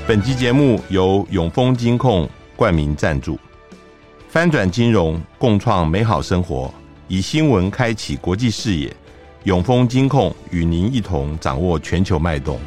本集节目由永丰金控冠名赞助，翻转金融，共创美好生活，以新闻开启国际视野。永丰金控与您一同掌握全球脉动。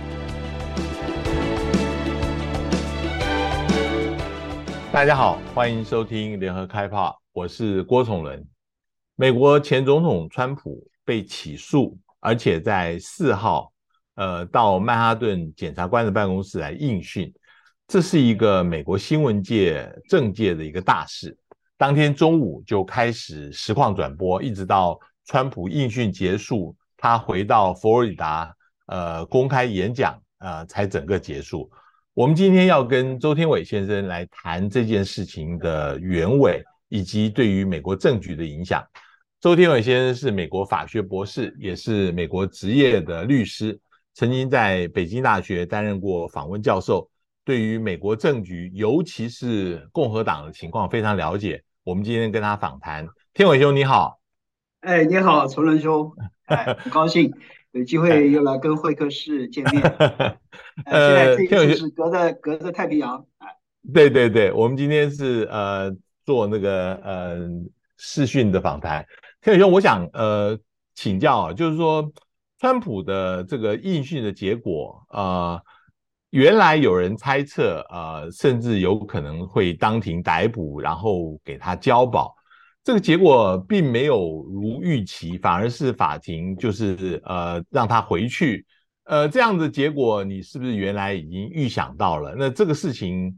大家好，欢迎收听联合开炮，我是郭崇伦。美国前总统川普被起诉，而且在4号到曼哈顿检察官的办公室来应讯，这是一个美国新闻界政界的一个大事。当天中午就开始实况转播，一直到川普应讯结束，他回到佛罗里达公开演讲才整个结束。我们今天要跟周天伟先生来谈这件事情的原委，以及对于美国政局的影响。周天伟先生是美国法学博士，也是美国职业的律师，曾经在北京大学担任过访问教授，对于美国政局，尤其是共和党的情况非常了解。我们今天跟他访谈。天伟兄你好。 你好，崇伦兄，很高兴有机会又来跟会客室见面。现在这一次是隔着太平洋。 对对对，我们今天是做那个视讯的访谈。天伟兄，我想请教就是说川普的这个应讯的结果原来有人猜测甚至有可能会当庭逮捕，然后给他交保。这个结果并没有如预期，反而是法庭就是让他回去。这样的结果你是不是原来已经预想到了？那这个事情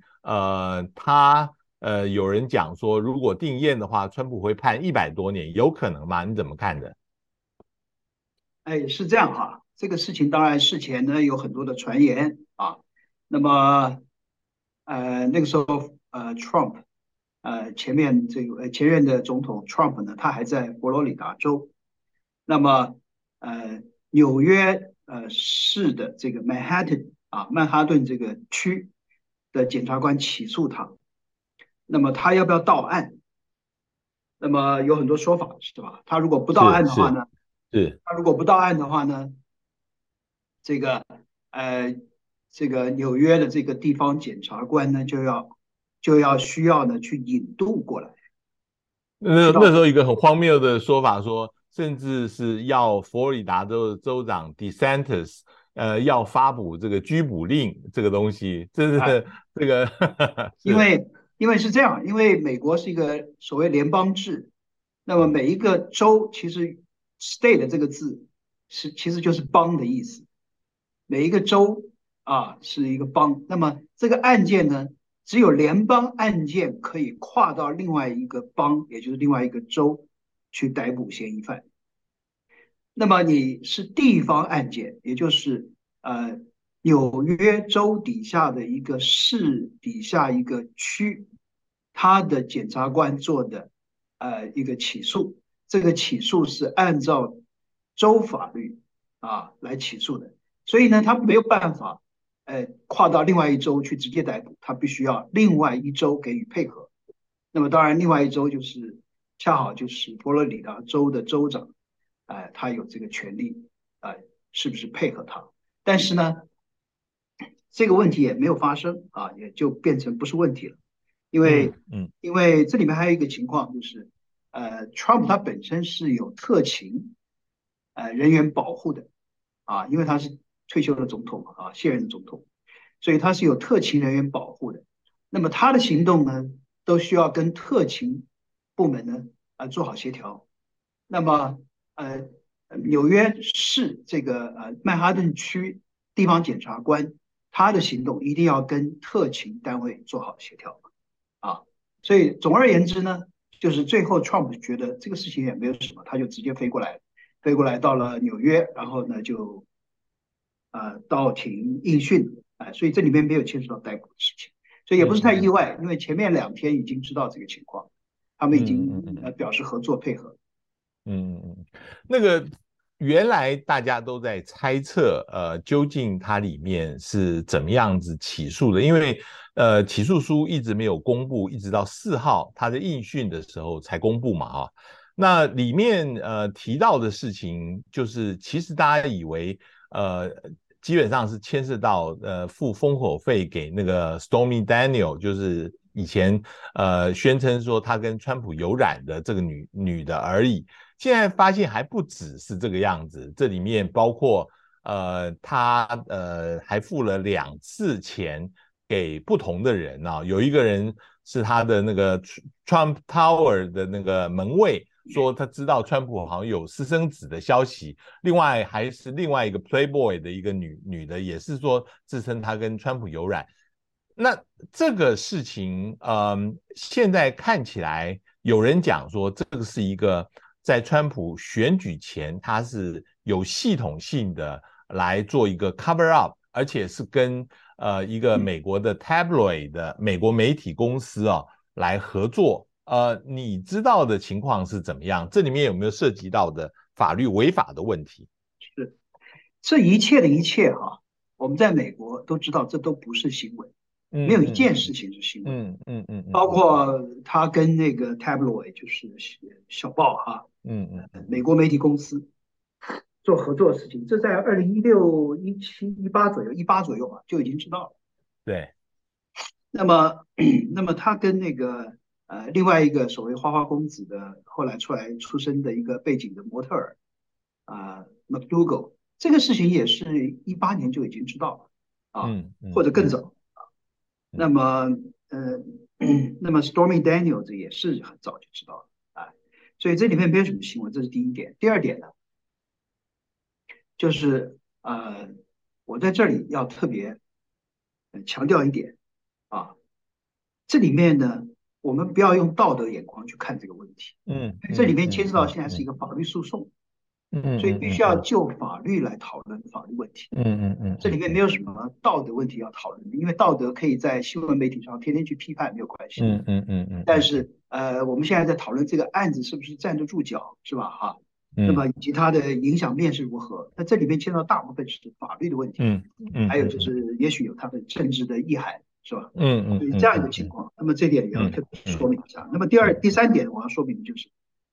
有人讲说如果定谳的话，川普会判100多年，有可能吗？你怎么看的？ 是这样哈，这个事情当然事前呢有很多的传言啊。那么那个时候Trump前任的总统 Trump 呢，他还在佛罗里达州。那么纽约市的这个曼哈顿这个区的检察官起诉他，那么他要不要到案？那么有很多说法，是吧？他如果不到案的话呢？他如果不到案的话呢？这个纽约的这个地方检察官呢，需要呢去引渡过来。 那时候一个很荒谬的说法说，甚至是要佛罗里达州的州长 DeSantis 要发布这个拘捕令这个东西，这是这个因为是这样，因为美国是一个所谓联邦制，那么每一个州其实 state 这个字其实就是邦的意思，每一个州是一个邦。那么这个案件呢，只有联邦案件可以跨到另外一个邦，也就是另外一个州去逮捕嫌疑犯。那么你是地方案件，也就是纽约州底下的一个市底下一个区，他的检察官做的一个起诉，这个起诉是按照州法律来起诉的，所以呢，他没有办法跨到另外一州去直接逮捕，他必须要另外一州给予配合。那么当然，另外一州恰好就是佛罗里达州的州长，他有这个权利，是不是配合他？但是呢，这个问题也没有发生也就变成不是问题了，因为这里面还有一个情况就是，Trump 他本身是有特勤人员保护的因为他是退休的总统现任的总统，所以他是有特勤人员保护的。那么他的行动呢，都需要跟特勤部门呢做好协调。那么纽约市这个曼哈顿区地方检察官，他的行动一定要跟特勤单位做好协调所以总而言之呢，就是最后 Trump 觉得这个事情也没有什么，他就直接飞过来到了纽约，然后呢就到庭应讯所以这里面没有牵涉到逮捕的事情，所以也不是太意外，因为前面2天已经知道这个情况，他们已经表示合作配合。 那个原来大家都在猜测究竟它里面是怎么样子起诉的，因为起诉书一直没有公布，一直到4号他在应讯的时候才公布嘛那里面提到的事情就是其实大家以为基本上是牵涉到付封口费给那个 Stormy Daniel， 就是以前宣称说他跟川普有染的这个女的而已。现在发现还不只是这个样子，这里面包括他还付了2次钱给不同的人啊，有一个人是他的那个 Trump Tower 的那个门卫，说他知道川普好像有私生子的消息，另外还是另外一个 Playboy 的一个女的，也是说自称他跟川普有染。那这个事情，现在看起来有人讲说，这个是一个在川普选举前，他是有系统性的来做一个 cover up，而且是跟一个美国的 tabloid 的美国媒体公司啊来合作。你知道的情况是怎么样？这里面有没有涉及到的法律违法的问题？ 是这一切的一切哈，我们在美国都知道，这都不是新闻，没有一件事情是新闻，包括他跟那个 tabloid 就是小报哈，美国媒体公司做合作的事情，这在2016、17、18左右，18左右吧就已经知道了。 对， 那么那么他跟那个另外一个所谓花花公子的后来出生的一个背景的模特儿McDougal， 这个事情也是18年就已经知道了啊，或者更早啊。那么那么 Stormy Daniels 也是很早就知道了啊，所以这里面没有什么新闻，这是第一点。第二点呢，就是我在这里要特别强调一点啊，这里面呢，我们不要用道德眼光去看这个问题，这里面牵涉到现在是一个法律诉讼，所以必须要就法律来讨论法律问题，这里面没有什么道德问题要讨论的，因为道德可以在新闻媒体上天天去批判没有关系，但是我们现在在讨论这个案子是不是站得住脚，是吧？哈。那么以及它的影响面是如何？那这里面牵涉到大部分是法律的问题，还有就是也许有它的政治的意涵，是吧？所以这样一个情况，那么这点也要特别说明一下。那么第三点我要说明的就是，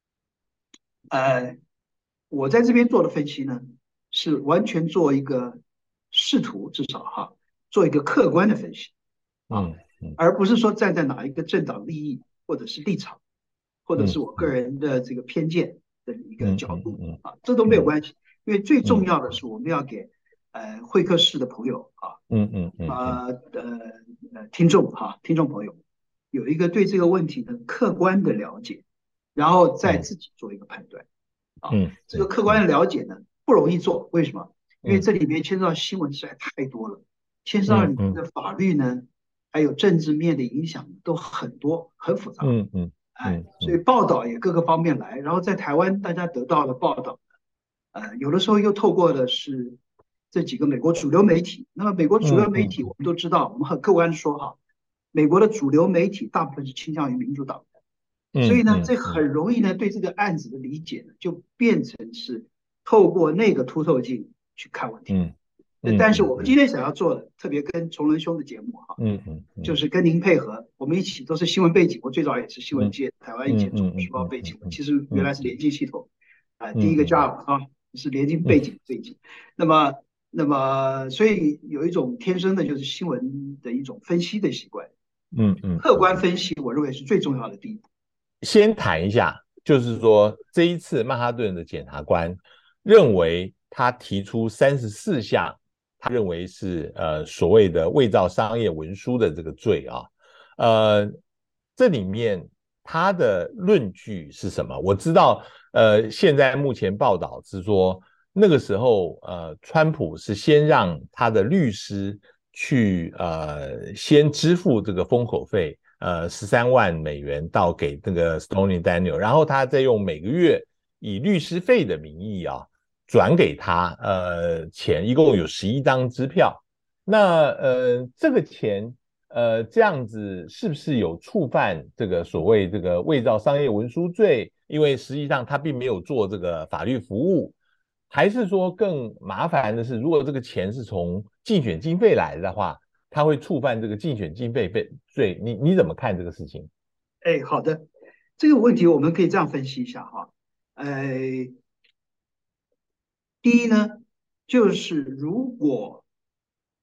我在这边做的分析呢，是完全做一个试图，至少哈，做一个客观的分析啊，而不是说站在哪一个政党利益或者是立场，或者是我个人的这个偏见的一个角度啊，这都没有关系，因为最重要的是我们要给会客室的朋友啊，听众朋友有一个对这个问题的客观的了解，然后再自己做一个判断啊。这个客观的了解呢不容易做，为什么？因为这里面牵涉到新闻实在太多了，牵涉到里面的法律呢，还有政治面的影响都很多，很复杂。所以报道也各个方面来，然后在台湾大家得到的报道，有的时候又透过的是这几个美国主流媒体。那么美国主流媒体我们都知道，我们很客观的说哈，美国的主流媒体大部分是倾向于民主党的，所以呢，这很容易呢对这个案子的理解呢就变成是透过那个凸透镜去看问题。但是我们今天想要做的，特别跟崇仁兄的节目哈，就是跟您配合，我们一起都是新闻背景，我最早也是新闻界，台湾以前中国时报背景，其实原来是联经系统，第一个 job 啊是联经背景。那么所以有一种天生的就是新闻的一种分析的习惯，客观分析我认为是最重要的第一步。 先谈一下，就是说这一次曼哈顿的检察官认为他提出34项。他认为是所谓的伪造商业文书的这个罪啊，这里面他的论据是什么？我知道现在目前报道是说那个时候川普是先让他的律师去先支付这个封口费13万美元到给那个 Stormy Daniel， 然后他再用每个月以律师费的名义啊。转给他钱，一共有11张支票。那这个钱这样子是不是有触犯这个所谓这个伪造商业文书罪？因为实际上他并没有做这个法律服务，还是说更麻烦的是，如果这个钱是从竞选经费来的话，他会触犯这个竞选经费罪？你怎么看这个事情？ 好的，这个问题我们可以这样分析一下哈，第一呢，就是如果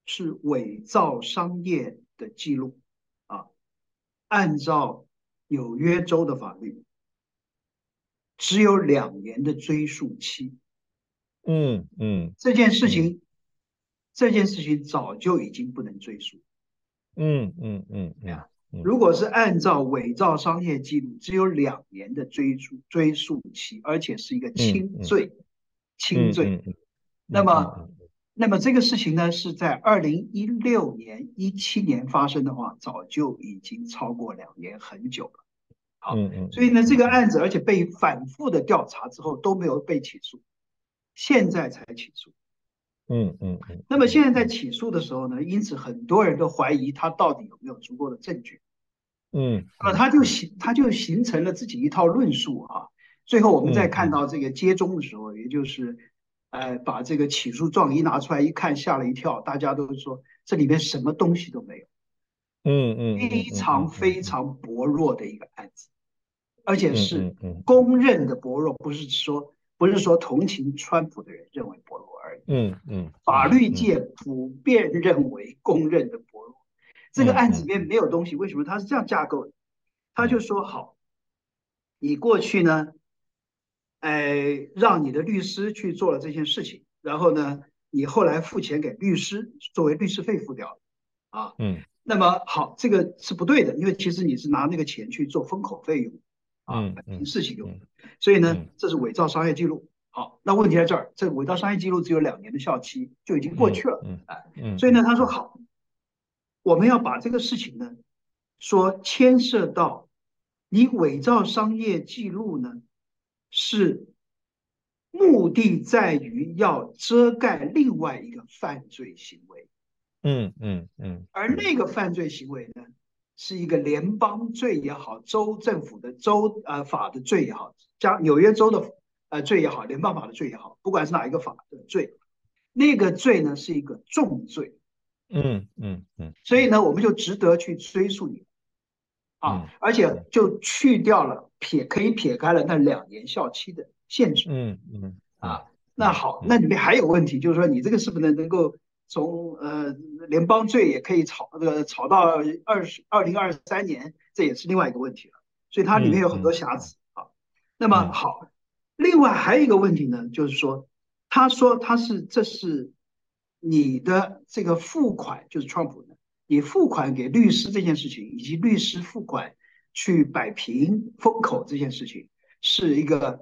是伪造商业的记录啊，按照纽约州的法律，只有2年的追诉期。 嗯嗯这件事嗯情，这件事情早就已经不能追诉。 嗯嗯嗯哎呀， 嗯嗯如果是按照伪造商业记录，只有2年的追诉期，而且是一个嗯嗯轻罪，轻罪。 嗯嗯那么， 嗯嗯那么这个事情呢，是在2016年、17年发生的话，早就已经超过2年，很久了。好， 嗯嗯所以呢，这嗯嗯个案子而且被反复的调查之后都没有被起诉，现在才起诉。 嗯嗯嗯那么现在在嗯起诉的时候呢，因此很多人都怀疑他到底有没有足够的证据。 嗯那么他就形成了自己一套论述啊。最后我们再嗯嗯看到这个揭终的时候，也就是把这个起诉状一拿出来一看，吓了一跳，大家都说这里面什么东西都没有， 嗯嗯非嗯嗯常嗯嗯非常薄弱的一个案子，而且嗯是嗯嗯公认的薄弱，不是说同情川普的人认为薄弱而已， 嗯嗯法嗯嗯律界普遍认为公认的薄弱。这个案子里面嗯嗯没有东西，为什么它是这样架构的？他就嗯说好，你过去呢，让你的律师去做了这件事情，然后呢，你后来付钱给律师作为律师费付掉了啊。 嗯那么好，这个是不对的，因为其实你是拿那个钱去做封口费用啊， 嗯嗯办事情用的， 嗯所以呢， 嗯这是伪造商业记录。好，那问题在这儿，这伪造商业记录只有2年的效期，就已经过去了， 嗯嗯哎， 嗯所以呢，他说嗯好，我们要把这个事情呢，说牵涉到你伪造商业记录呢，是目的在于要遮盖另外一个犯罪行为， 嗯嗯嗯而那个犯罪行为呢，是一个联邦罪也好，州政府的法的罪也好，加纽约州的罪也好，联邦法的罪也好，不管是哪一个法的罪，那个罪呢是一个重罪， 嗯嗯嗯所以呢，我们就值得去追诉你啊， 嗯而且就去掉了可以撇开了那2年效期的限制嗯嗯嗯啊。那好，那嗯里面还有问题，就是说你这个是不是能够从联邦罪也可以炒到2023年，这也是另外一个问题了。所以它里面有很多嗯嗯瑕疵啊。那么嗯好，另外还有一个问题呢，就是说，他说这是你的这个付款，就是川普的，你付款给律师这件事情，以及律师付款去摆平风口这件事情，是一个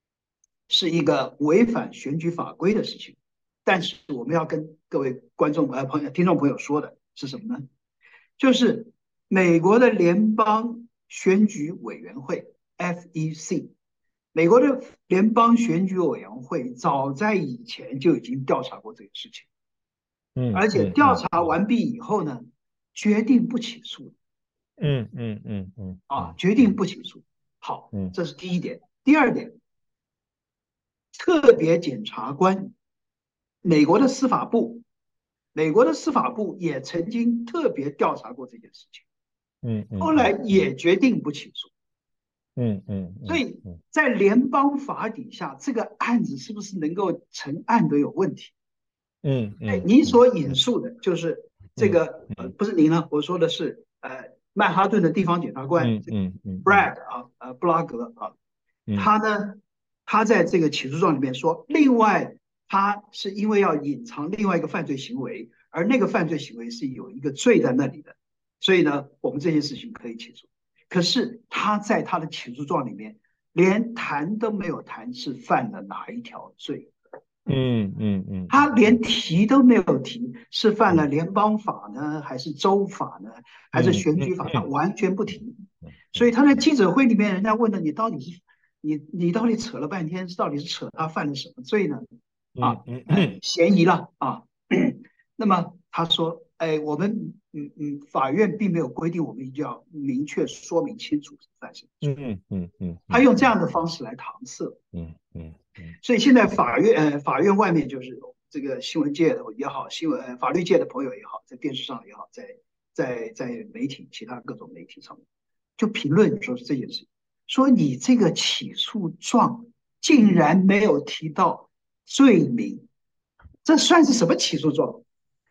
违反选举法规的事情。但是我们要跟各位听众朋友说的是什么呢？就是美国的联邦选举委员会 FEC，美国的联邦选举委员会早在以前就已经调查过这个事情，而且嗯嗯调查完毕以后呢，决定不起诉嗯嗯嗯嗯啊， 嗯决定不起诉。好， 嗯这是第一点。第二点，特别检察官，美国的司法部，美国的司法部也曾经特别调查过这件事情， 嗯嗯后来也决定不起诉。 嗯嗯所以嗯在联邦法底下，这个案子是不是能够成案都有问题。 嗯嗯您所引嗯述的就是这嗯个不是您呢，我说的是曼哈顿的地方检察官嗯嗯嗯 Bragg 布拉格啊， 嗯他呢，他在这个起诉状里面说，另外他是因为要隐藏另外一个犯罪行为，而那个犯罪行为是有一个罪在那里的，所以呢，我们这件事情可以起诉。可是他在他的起诉状里面连谈都没有谈是犯了哪一条罪， 嗯嗯嗯他连提都没有提，是犯了嗯联邦法呢，还是州法呢，还是嗯嗯选举法？他嗯完全不提。所以嗯他在记者会里面，人家问的你到底扯了半天，到底是扯他犯了什么罪呢？啊， 嗯嗯嫌疑了啊。那么他说，我们法院并没有规定我们一定要明确说明清楚是犯什么罪， 嗯嗯嗯他用这样的方式来搪塞。 嗯嗯嗯所以现在法院外面就是这个新闻界的也好，法律界的朋友也好，在电视上也好，在媒体其他各种媒体上面，就评论说是这件事，说你这个起诉状竟然没有提到罪名，这算是什么起诉状？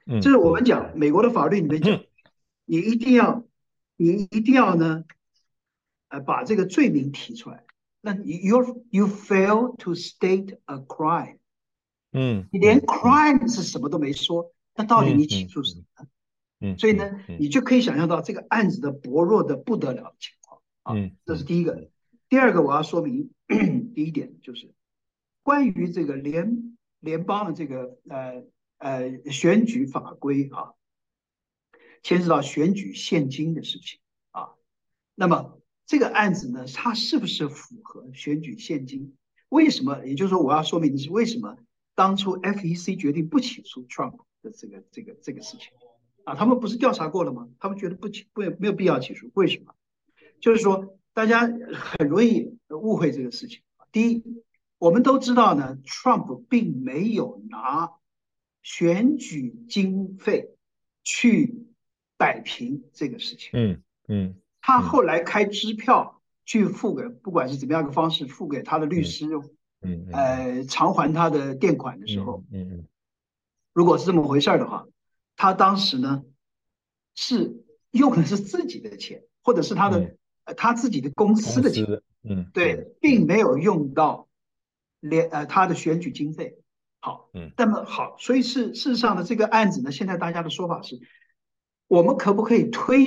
嗯这是我们讲美国的法律里面讲，你一定要你一定要呢，把这个罪名提出来。那you fail to state a crime，你连 crime 是什么都没说，那到底你起诉什么呢？所以呢，你就可以想象到这个案子的薄弱的不得了的情况啊，这是第一个。第二个我要说明第一点就是关于这个联邦的这个选举法规啊，牵涉到选举现金的事情啊。那么这个案子呢，它是不是符合选举现金？为什么？也就是说，我要说明的是为什么当初 FEC 决定不起诉 Trump 的这个事情啊？他们不是调查过了吗？他们觉得没有必要起诉，为什么？就是说，大家很容易误会这个事情。第一，我们都知道呢，Trump 并没有拿选举经费去摆平这个事情。他后来开支票去付给，不管是怎么样的方式，付给他的律师，偿还他的垫款的时候，如果是这么回事的话，他当时呢是用的是自己的钱，或者是他自己的公司的钱，对，并没有用到他的选举经费。好，那么好，所以事实上呢，这个案子呢，现在大家的说法是，我们可不可以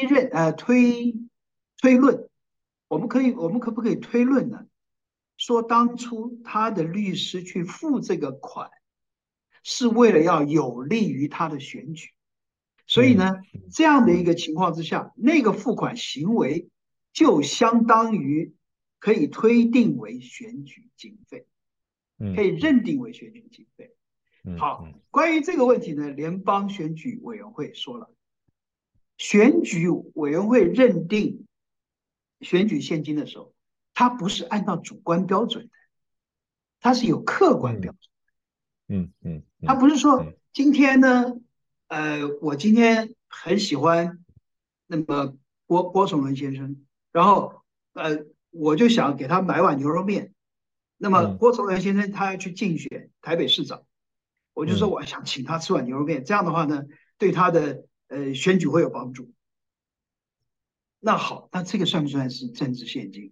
推论？我们可不可以推论呢？说当初他的律师去付这个款，是为了要有利于他的选举，所以呢，这样的一个情况之下，那个付款行为就相当于可以推定为选举经费，可以认定为选举经费。好，关于这个问题呢，联邦选举委员会说了，选举委员会认定选举现金的时候，它不是按照主观标准的，它是有客观标准。它不是说今天呢，我今天很喜欢那么郭崇伦先生，然后我就想给他买碗牛肉面。那么郭崇伦先生他要去竞选台北市长，我就说我想请他吃碗牛肉面，这样的话呢，对他的选举会有帮助。那好，那这个算不算是政治现金？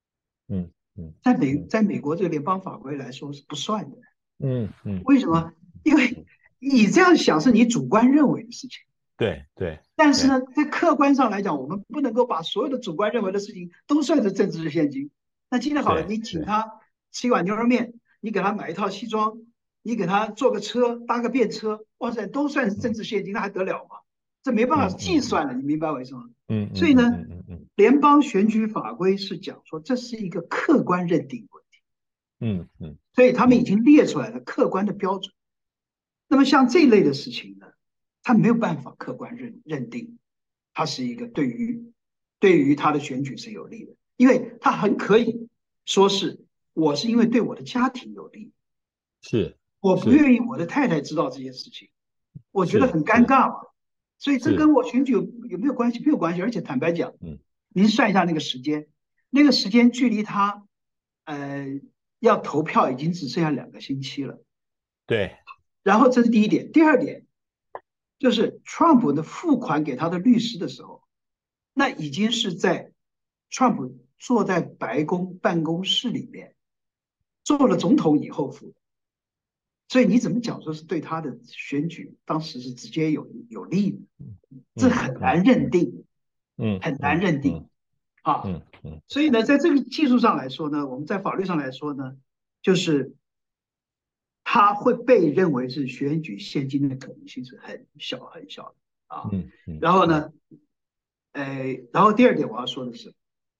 在美国这个联邦法规来说是不算的。为什么？因为你这样想是你主观认为的事情。 对。 但是呢，在客观上来讲，我们不能够把所有的主观认为的事情都算是政治现金。那今天好了，你请他吃一碗牛肉面，你给他买一套西装，你给他坐个车，搭个便车，哇塞，都算是政治现金，那还得了吗？这没办法计算了，你明白我意思吗？所以呢，联邦选举法规是讲说这是一个客观认定问题。所以他们已经列出来了客观的标准。那么像这一类的事情呢，他没有办法客观认定，它是一个对于他的选举是有利的，因为他很可以说是我是因为对我的家庭有利，我不愿意我的太太知道这些事情，我觉得很尴尬嘛。所以这跟我选举有没有关系？没有关系。而且坦白讲，您算一下那个时间，那个时间距离他要投票已经只剩下2个星期了。 对。 然后这是第一点，第二点就是 Trump 的付款给他的律师的时候，那已经是在 Trump 坐在白宫办公室里面做了总统以后付的。所以你怎么讲说是对他的选举当时是直接有利的？这很难认定，很难认定啊。所以呢，在这个技术上来说呢，我们在法律上来说呢，就是他会被认为是选举现金的可能性是很小很小的啊。然后呢，然后第二点我要说的是，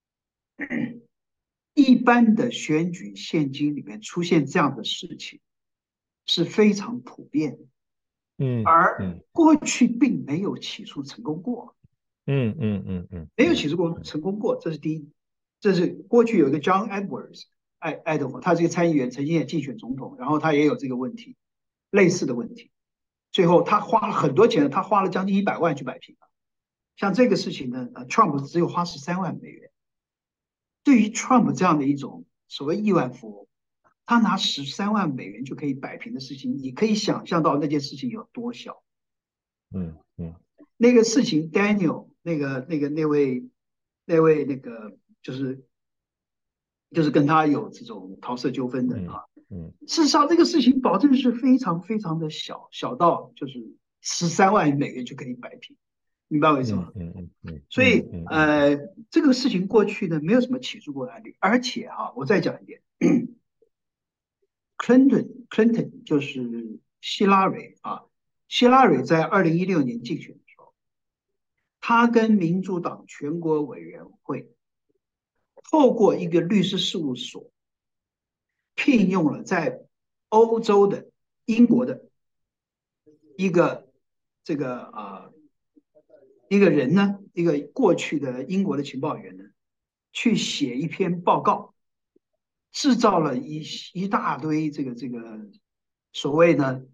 一般的选举现金里面出现这样的事情是非常普遍的。而过去并没有起诉成功过。没有起诉过成功过，这是第一。这是过去有一个 John Edwards 爱德华，他是一个参议员，曾经也竞选总统，然后他也有这个问题，类似的问题。最后他花了很多钱，他花了将近100万去摆平了。像这个事情呢，Trump 只有花13万美元。对于 Trump 这样的一种所谓亿万富翁，他拿13万美元就可以摆平的事情，你可以想象到那件事情有多小。 嗯嗯那个事情，Daniel 那位就是跟他有这种桃色纠纷的嗯啊。 嗯事实上，这个事情保证是非常非常的小，小到就是13万美元就可以摆平，明白我意思吗？ 嗯嗯嗯嗯所以嗯嗯嗯嗯这个事情过去呢没有什么起诉过的案例，而且我再讲一点，Clinton 就是希拉蕊希拉蕊在2016年竞选的时候，他跟民主党全国委员会透过一个律师事务所聘用了在欧洲的英国的一个这个一个人呢，一个过去的英国的情报员呢，去写一篇报告，制造了一大堆这个所谓呢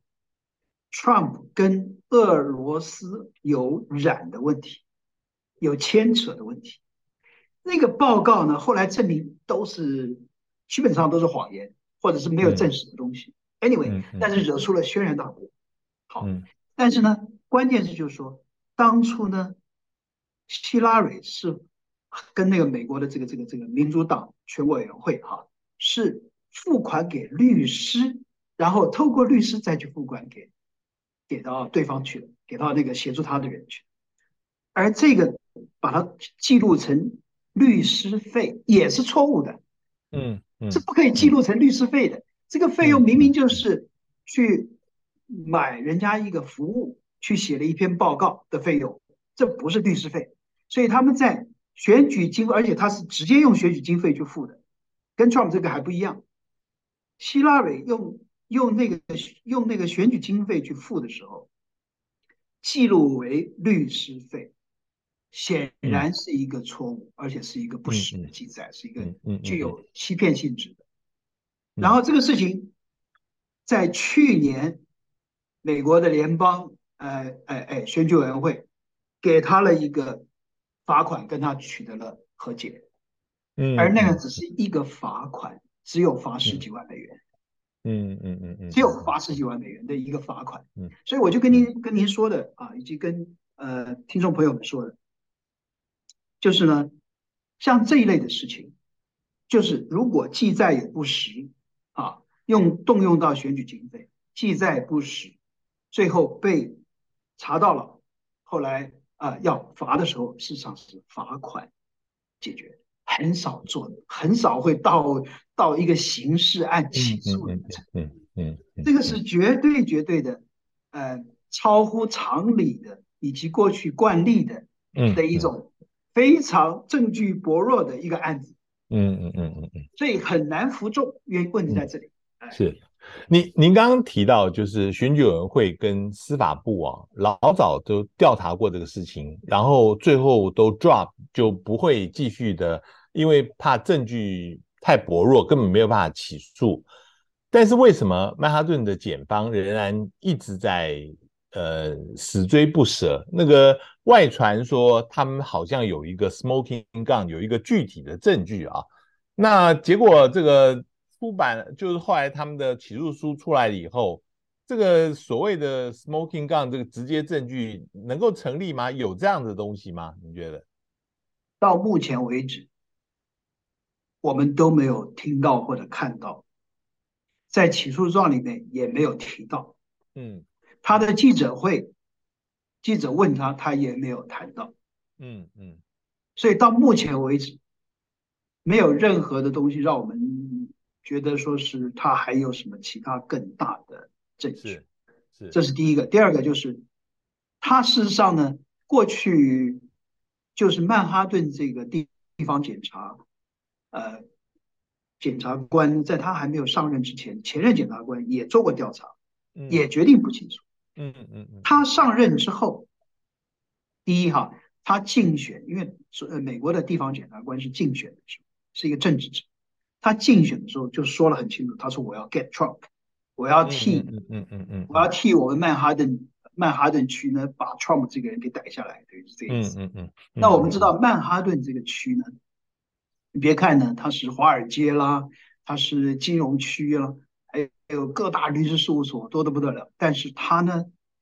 Trump 跟俄罗斯有染的问题，有牵扯的问题。那个报告呢，后来证明基本上都是谎言，或者是没有证实的东西。Anyway， 嗯嗯但是惹出了轩然大波。好， 嗯但是呢，关键是就是说，当初呢，希拉蕊是跟那个美国的这个民主党全国委员会是付款给律师，然后透过律师再去付款给到对方去了，给到那个协助他的人去。而这个把它记录成律师费也是错误的， 嗯嗯是不可以记嗯录成律师费的。这个费用明明就是去买人家一个服务，去写了一篇报告的费用，这不是律师费。所以他们在选举经费，而且他是直接用选举经费去付的，跟 Trump 这个还不一样。希拉蕊用那个选举经费去付的时候，记录为律师费，显嗯然是一个错误，而且是一个不实的嗯嗯记载，是一个嗯嗯嗯嗯具有欺骗性质的。然嗯后这个事情在去年，美国的联邦选举委员会给他了一个罚款，跟他取得了和解，而那个嗯只是一个罚款，只有罚十嗯几万美元。 嗯嗯嗯嗯只有嗯罚十几万美元的一个罚款。 嗯所以我就跟嗯您说的以及跟听众朋友们说的，就是呢，像这一类的事情，就是如果记载有不实动用到选举经费，记载不实，最后被查到了，后来要罚的时候，事实上是罚款解决，很少会到一个刑事案起嗯嗯诉的程度。 嗯嗯嗯嗯这个是绝对的，超乎常理的，以及过去惯例的一嗯种非常证据薄弱的一个案子， 嗯嗯嗯嗯所以很难服众。问题在嗯， 这里。哎， 是。您刚刚提到，就是选举委员会跟司法部老早都调查过这个事情，然后最后都 drop，就不会继续的，因为怕证据太薄弱，根本没有办法起诉。但是为什么曼哈顿的检方仍然一直在死追不舍？那个外传说他们好像有一个 smoking gun，有一个具体的证据那结果这个出版就是后来他们的起诉书出来了以后，这个所谓的 smoking gun 这个直接证据能够成立吗？有这样的东西吗？你觉得？ 到目前为止，我们都没有听到或者看到，在起诉状里面也没有提到。 嗯他的记者会，记者问他，他也没有谈到。 嗯嗯， 所以到目前为止，没有任何的东西让我们觉得说是他还有什么其他更大的证据。 是是， 这是第一个。第二个就是，他事实上呢，过去就是曼哈顿这个地方呃，检察官在他还没有上任之前，前任检察官也做过调查， 嗯也决定不起诉。他嗯嗯嗯上任之后，第一他竞选，因为美国的地方检察官是竞选的时候，是一个政治制。他竞选的时候就说了很清楚，他说我要 get Trump，我要替我要替我们曼哈顿区呢把 Trump 这个人给逮下来，等于是这个意思。那我们知道曼哈顿这个区呢，你别看呢它是华尔街啦，它是金融区啦，还有各大律师事务所多得不得了，但是它呢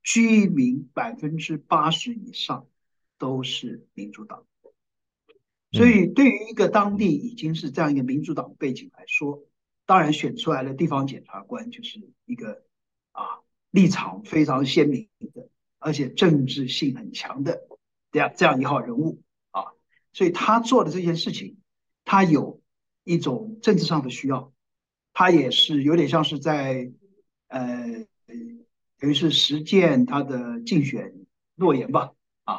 居民80%以上都是民主党。所以对于一个当地已经是这样一个民主党背景来说，当然选出来的地方检察官就是一个立场非常鲜明的，而且政治性很强的这样一号人物啊。所以他做的这件事情，他有一种政治上的需要，他也是有点像是在等于是实践他的竞选诺言吧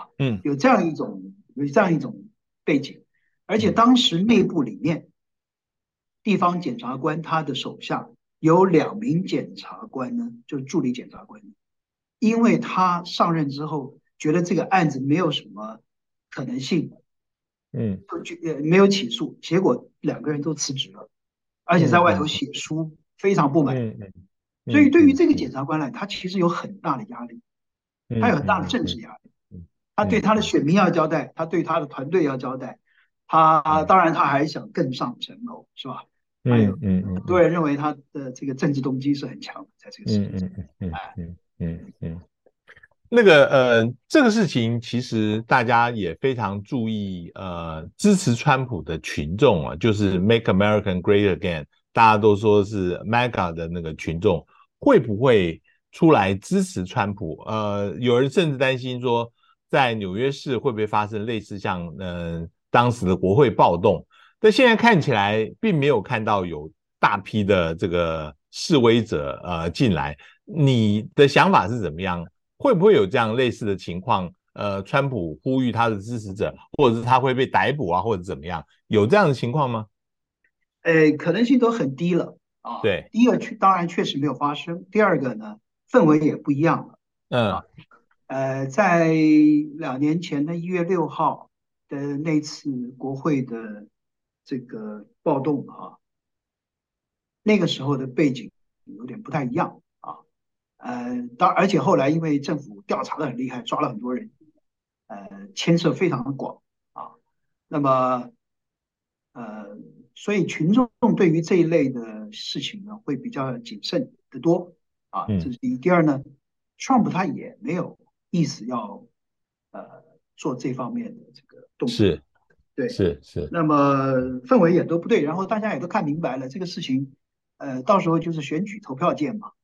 有这样一种背景。而且当时内部里面，地方检察官他的手下有2名检察官呢，就是助理检察官，因为他上任之后觉得这个案子没有什么可能性，没有起诉，结果2个人都辞职了，而且在外头写书，非常不满。所以对于这个检察官来，他其实有很大的压力，他有很大的政治压力，他对他的选民要交代，他对他的团队要交代，当然他还想更上层楼，是吧？还有很多人认为他的这个政治动机是很强的，在这个事情上。 这个事情其实大家也非常注意，支持川普的群众啊，就是 Make America Great Again， 大家都说是 MAGA 的那个群众，会不会出来支持川普？有人甚至担心说，在纽约市会不会发生类似像当时的国会暴动？但现在看起来并没有看到有大批的这个示威者进来，你的想法是怎么样？会不会有这样类似的情况？川普呼吁他的支持者，或者是他会被逮捕啊，或者怎么样？有这样的情况吗？ 可能性都很低了啊。 对， 第一个当然确实没有发生，第二个呢，氛围也不一样了在2年前的1月6号的那次国会的这个暴动那个时候的背景有点不太一样而且后来因为政府调查的很厉害，抓了很多人，牵涉非常的广那么所以群众对于这一类的事情呢，会比较谨慎得多这是第一。第二呢，Trump 他也没有意思要做这方面的这个动作，对， 是。 那么氛围也都不对，然后大家也都看明白了这个事情，到时候就是选举投票见嘛，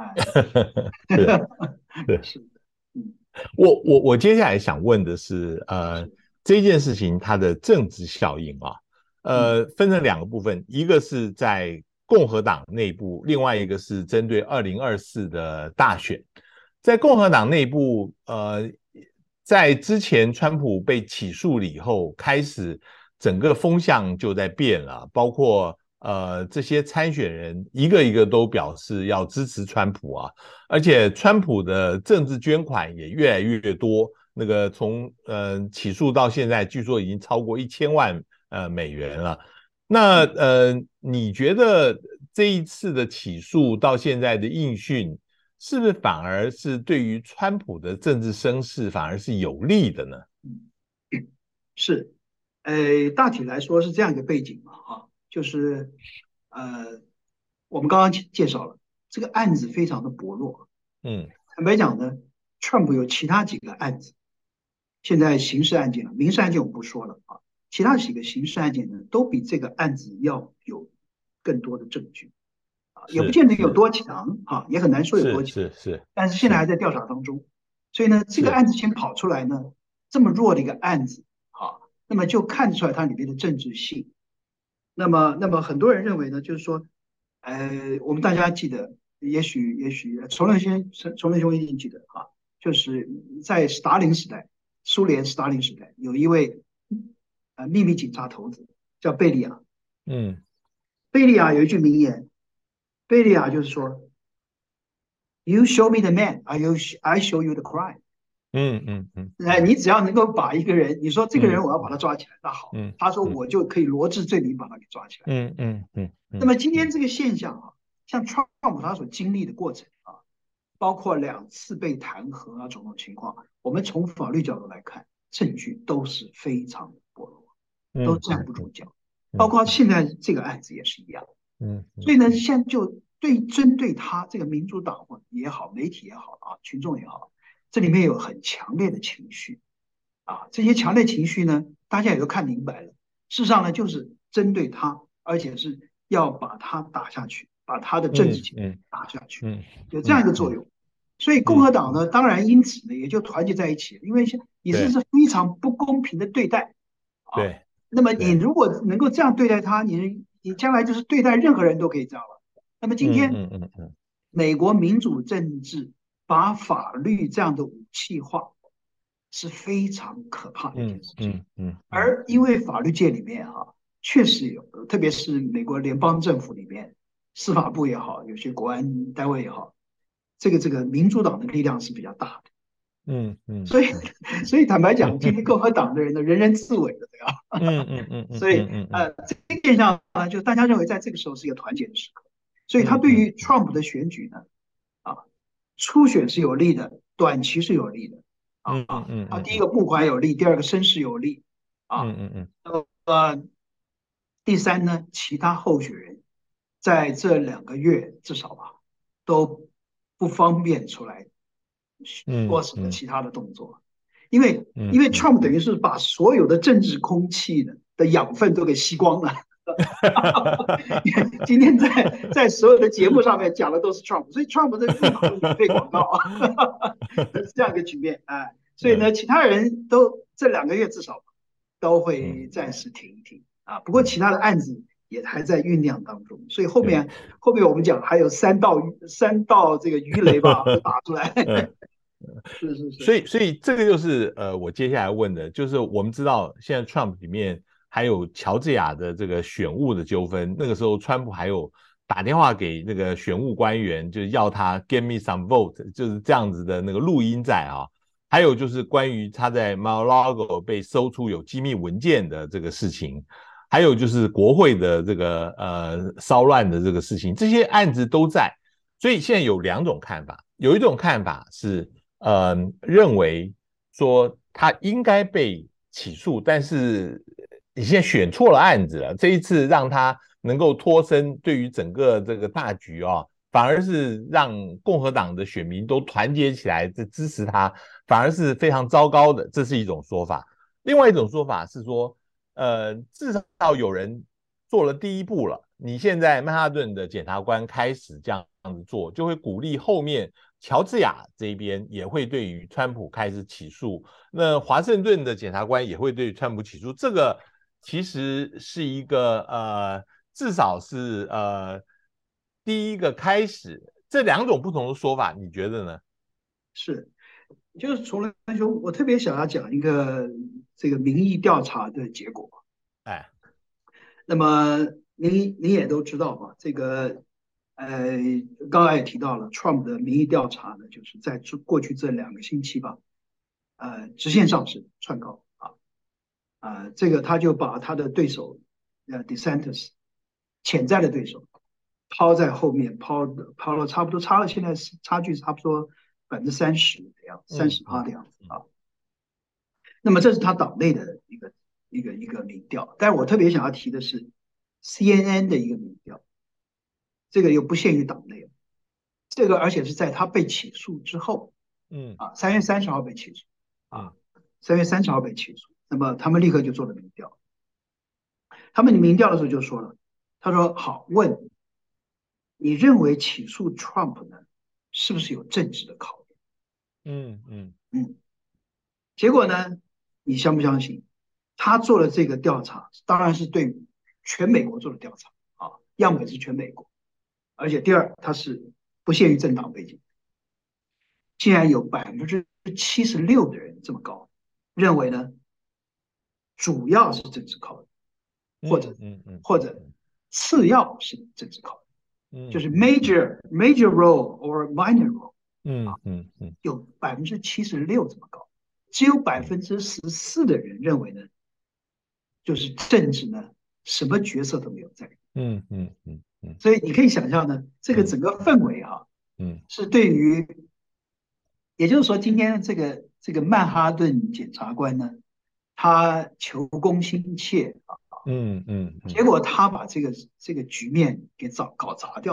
是是的， 我接下来想问的是，这件事情它的政治效应分成2个部分，一个是在共和党内部，另外一个是针对2024的大选。在共和党内部，在之前川普被起诉了以后，开始整个风向就在变了，包括这些参选人一个一个都表示要支持川普而且川普的政治捐款也越来越多，那个从起诉到现在，据说已经超过1000万美元了。那你觉得这一次的起诉到现在的应讯，是不是反而是对于川普的政治声势反而是有利的呢？ 是，大体来说是这样一个背景嘛就是我们刚刚介绍了这个案子非常的薄弱，坦白讲呢，Trump 有其他几个案子，现在刑事案件了，民事案件我不说了其他几个刑事案件呢，都比这个案子要有更多的证据也不见得有多强也很难说有多强，但是现在还在调查当中，所以呢，这个案子先跑出来呢，这么弱的一个案子那么就看出来它里面的政治性。那么很多人认为呢，就是说，我们大家记得，也许崇伦兄一定记得就是在斯大林时代，苏联斯大林时代有一位秘密警察头子叫贝利亚，贝利亚有一句名言，贝利亚就是说 ，You show me the man, I show you the crime。你只要能够把一个人，你说这个人我要把他抓起来，那好，他说我就可以罗织罪名把他给抓起来。那么今天这个现象像 Trump 他所经历的过程包括2次被弹劾种种情况，我们从法律角度来看，证据都是非常的薄弱，都站不住脚，包括现在这个案子也是一样。所以呢，现在就针对他这个民主党也好，媒体也好啊，群众也好，这里面有很强烈的情绪啊，这些强烈情绪呢，大家也都看明白了。事实上呢，就是针对他，而且是要把他打下去，把他的政治前途打下去，有这样一个作用。所以共和党呢，当然因此呢也就团结在一起，因为你这是非常不公平的对待啊。 对， 那么你如果能够这样对待他，你将来就是对待任何人都可以这样了。那么今天，美国民主政治把法律这样的武器化，是非常可怕的一件事情。而因为法律界里面确实有，特别是美国联邦政府里面，司法部也好，有些国安单位也好，这个民主党的力量是比较大的。所以坦白讲，今天共和党的人呢，人人自危的，对吧？所以这个现象呢，就大家认为在这个时候是一个团结的时刻。所以他对于 Trump 的选举呢，初选是有利的，短期是有利的。第一个募款有利，第二个声势有利那么第三呢，其他候选人在这2个月至少都不方便出来做什么其他的动作，因为 Trump 等于是把所有的政治空气的养分都给吸光了。今天在所有的节目上面讲的都是 Trump， 所以 Trump 的立马免费广告是这样一个局面。所以呢，其他人都这2个月至少都会暂时停一停不过其他的案子也还在酝酿当中，所以后面我们讲还有3道这个鱼雷吧会打出来。 所以这个就是我接下来问的，就是我们知道现在 Trump 里面还有乔治亚的这个选务的纠纷，那个时候川普还有打电话给那个选务官员，就是要他 give me some vote， 就是这样子的那个录音在还有就是关于他在 Mar-a-Lago 被搜出有机密文件的这个事情，还有就是国会的这个骚乱的这个事情，这些案子都在。所以现在有2种看法，有一种看法是认为说他应该被起诉，但是你现在选错了案子了，这一次让他能够脱身，对于整个这个大局反而是让共和党的选民都团结起来支持他，反而是非常糟糕的，这是一种说法。另外一种说法是说至少有人做了第一步了，你现在曼哈顿的检察官开始这样子做，就会鼓励后面乔治亚这边也会对于川普开始起诉，那华盛顿的检察官也会对川普起诉，这个其实是一个至少是第一个开始。这2种不同的说法，你觉得呢？ 是，就是除了说，我特别想要讲一个这个民意调查的结果。那么你也都知道吧？这个刚才也提到了 Trump 的民意调查呢，就是在过去这2个星期吧，直线上升窜高这个他就把他的对手DeSantis 潜在的对手抛在后面，抛了差不多现在差距差不多30%的样子，30%的样子那么这是他党内的一个民调，但是我特别想要提的是 CNN 的一个民调，这个又不限于党内，这个而且是在他被起诉之后，3月30号被起诉3月30号被起诉，那么他们立刻就做了民调，他们民调的时候就说了，他说好，问你认为起诉 Trump 呢是不是有政治的考虑？结果呢，你相不相信？他做了这个调查，当然是对全美国做的调查样本是全美国，而且第二，它是不限于政党背景，竟然有76%的人这么高，认为呢，主要是政治考虑，或者次要是政治考虑，就是 major role or minor role，有76%这么高，只有14%的人认为呢，就是政治呢，什么角色都没有在。所以你可以想象呢，这个整个氛围是对于，也就是说，今天这个曼哈顿检察官呢，他求功心切结果他把这个局面给搞砸掉。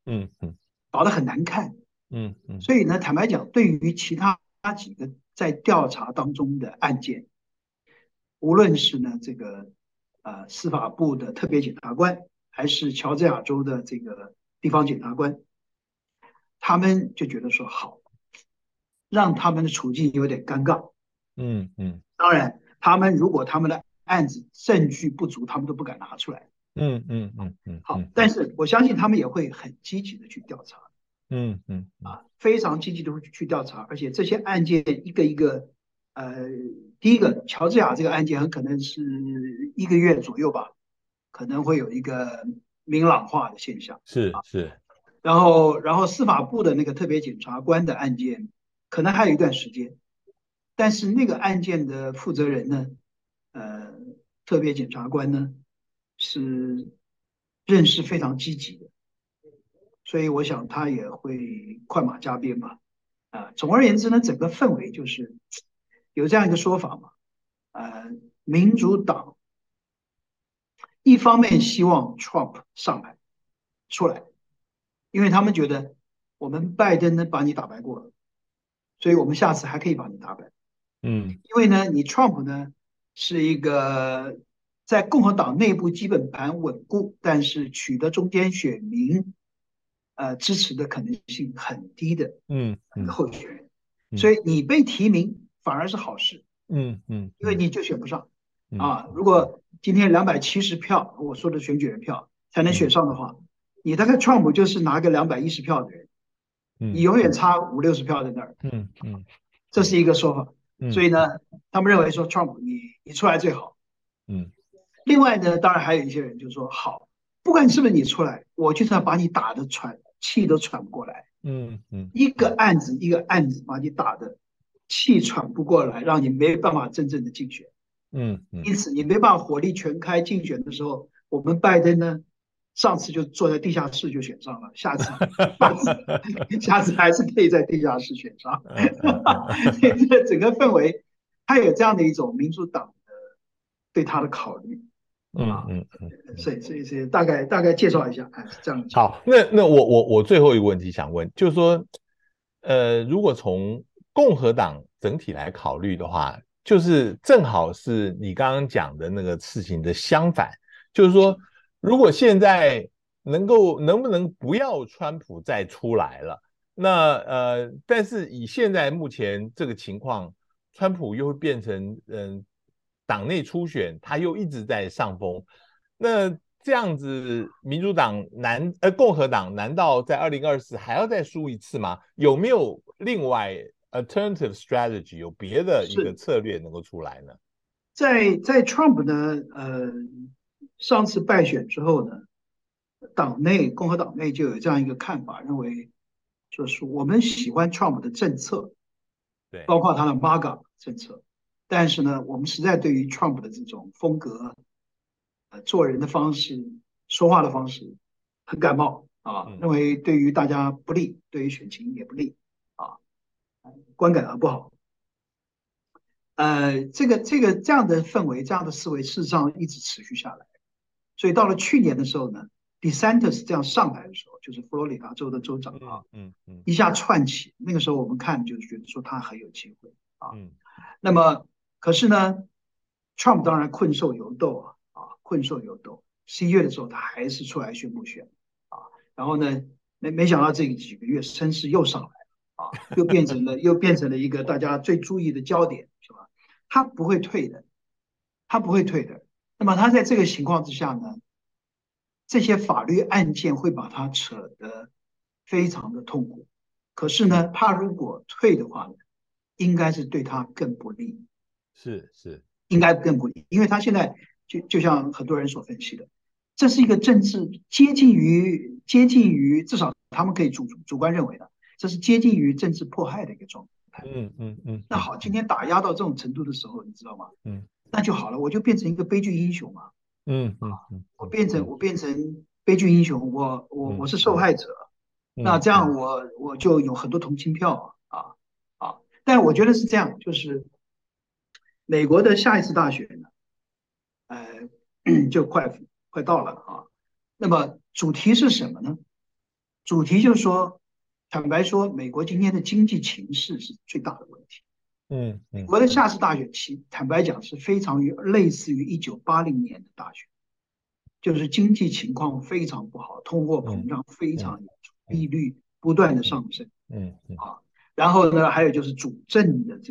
嗯嗯搞得很难看。 嗯嗯所以呢，坦白讲，对于其他几个在调查当中的案件，无论是呢这个司法部的特别检察官，还是乔治亚州的这个地方检察官，他们就觉得说好，让他们的处境有点尴尬。 嗯嗯当然，他们如果他们的案子证据不足，他们都不敢拿出来。 嗯嗯嗯嗯好， 嗯嗯但是我相信他们也会很积极的去调查。 嗯嗯嗯非常积极的去调查，而且这些案件一个一个，呃，第一个乔治亚这个案件很可能是1个月左右吧，可能会有一个明朗化的现象。 是是然后司法部的那个特别检察官的案件，可能还有一段时间，但是那个案件的负责人呢，呃，特别检察官呢是认识非常积极的，所以我想他也会快马加鞭吧。总而言之呢，整个氛围就是有这样一个说法嘛，呃，民主党一方面希望 Trump 上来出来，因为他们觉得我们拜登呢把你打败过了，所以我们下次还可以把你打败。 嗯因为呢，你 Trump 呢是一个在共和党内部基本盘稳固，但是取得中间选民支持的可能性很低的一个嗯嗯候选人，所嗯以你被提名反而是好事， 嗯嗯嗯因为你就选不上嗯如果今天270票，我说的选举人票才能选嗯上的话，你大概 Trump 就是拿个210票的人，你嗯永远差50-60票在那儿， 嗯嗯这是一个说法。所嗯以呢，他们认为说 Trump 你出来最好。 嗯另外呢，当然还有一些人就说好，不管是不是你出来，我就是要把你打的气都喘不过来。 嗯嗯一个案子一个案子把你打的气喘不过来，让你没办法真正的竞选。 嗯嗯因此，你没办法火力全开竞选的时候，我们拜登呢，上次就坐在地下室就选上了，下次还是可以在地下室选上。所以这整个氛围，他有这样的一种民主党的对他的考虑啊。 嗯嗯所以大概介绍一下，是这样的情况。 好，那我最后一个问题想问，就是说，如果从共和党整体来考虑的话，就是正好是你刚刚讲的那个事情的相反，就是说，如果现在能不能不要川普再出来了，那但是以现在目前这个情况，川普又会变成党内初选，他又一直在上风。那这样子，民主党共和党难道在2024还要再输一次吗？有没有另外 alternative strategy 有别的一个是策略能够出来呢？ 在 Trump 呢，上次败选之后呢，共和党内就有这样一个看法，认为就是我们喜欢 Trump 的政策， 对， 包括他的 MAGA 政策，但是呢，我们实在对于 Trump 的这种风格、做人的方式、说话的方式很感冒嗯认为对于大家不利，对于选情也不利啊，观感很不好。这样的氛围、这样的思维，事实上一直持续下来。所以到了去年的时候呢，DeSantis 这样上来的时候，就是佛罗里达州的州长嗯嗯嗯一下窜起。那个时候我们看就觉得说他很有机会啊。 嗯那么可是呢，Trump 当然困兽犹斗困兽犹斗。11月的时候他还是出来宣布选啊，然后呢，没想到这几个月声势又上来了又变成了一个大家最注意的焦点，是吧？他不会退的，他不会退的。那么他在这个情况之下呢，这些法律案件会把他扯得非常的痛苦。可是呢，他如果退的话呢，应该是对他更不利， 是是， 应该更不利，因为他现在就像很多人所分析的，这是一个政治接近于至少他们可以主观认为的，这是接近于政治迫害的一个状态。 嗯嗯嗯那好，今天打压到这种程度的时候，你知道吗？ 嗯那就好了，我就变成一个悲剧英雄嘛。 嗯嗯嗯我嗯嗯变成我变成悲剧英雄，我是受嗯害者，那这样嗯嗯我就有很多同情票但我觉得是这样，就是美国的下一次大选呢，就快到了那么主题是什么呢？ 主题就是说，坦白说，美国今天的经济情势是最大的问题。美国的下次大选期，坦白讲是非常类似于1980年的大选，就是经济情况非常不好，通货膨胀非常严重，利率不断的上升。然后呢，还有就是主政的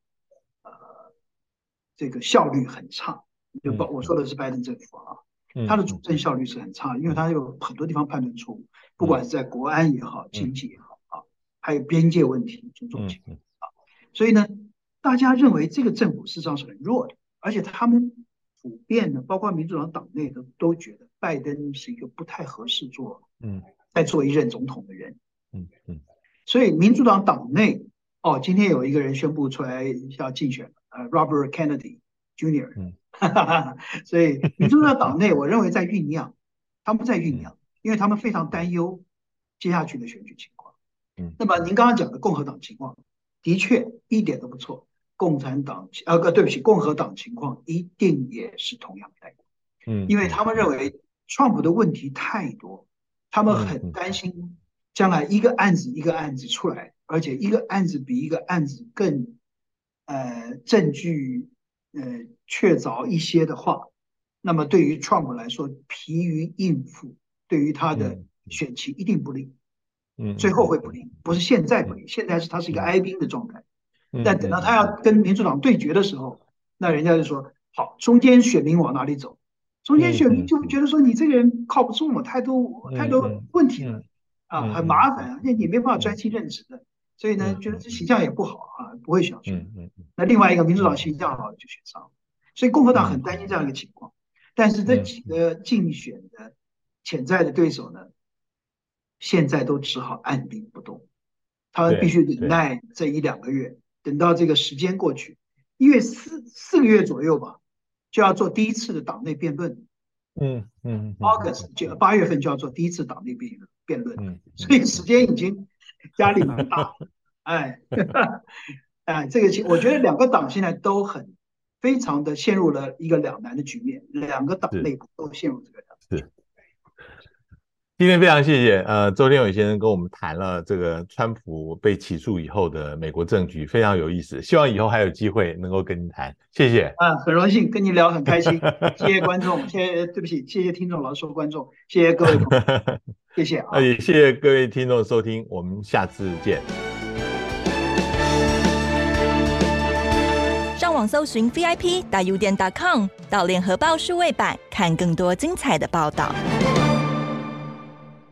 这个效率很差，我说的是拜登政府啊，他的主政效率是很差，因为他有很多地方判断错误，不管是在国安也好，经济也好啊，还有边界问题种种情况啊，所以呢，大家认为这个政府事实上是很弱的，而且他们普遍呢，包括民主党党内都觉得拜登是一个不太合适再做一任总统的人。所以民主党党内今天有一个人宣布出来要竞选Robert Kennedy Jr. 所以民主党党内我认为在酝酿，他们在酝酿，因为他们非常担忧接下去的选举情况。那么您刚刚讲的共和党情况的确一点都不错，共和党情况一定也是同样的，因为他们认为 Trump 的问题太多，他们很担心将来一个案子一个案子出来，而且一个案子比一个案子更证据确凿一些的话，那么对于 Trump 来说疲于应付，对于他的选情一定不利。最后会不利，不是现在不利，现在他是一个哀兵的状态。但等到他要跟民主党对决的时候，那人家就说好，中间选民往哪里走？中间选民就觉得说你这个人靠不住嘛，太多问题了很麻烦，那你没办法专心任职的，所以呢，觉得这形象也不好不会想选。那另外一个民主党形象好就选上了，所以共和党很担心这样一个情况。但是这几个竞选的潜在的对手呢，现在都只好按兵不动，他们必须忍耐这1-2个月，等到这个时间过去，1月4个月左右吧，就要做第一次的党内辩论。August 8月份就要做第一次党内辩论，所以时间已经压力蛮大。这个我觉得两个党现在都非常的陷入了一个两难的局面，两个党内部都陷入这个两难。是。 今天非常谢谢周天伟先生跟我们谈了这个川普被起诉以后的美国政局，非常有意思，希望以后还有机会能够跟您谈，谢谢。 很荣幸跟你聊，很开心。谢谢观众，对不起，谢谢听众，老是说观众，谢谢各位朋友，谢谢也谢谢各位听众的收听，我们下次见。 上网搜寻 VIP.UDN.com 到联合报数位版看更多精彩的报道。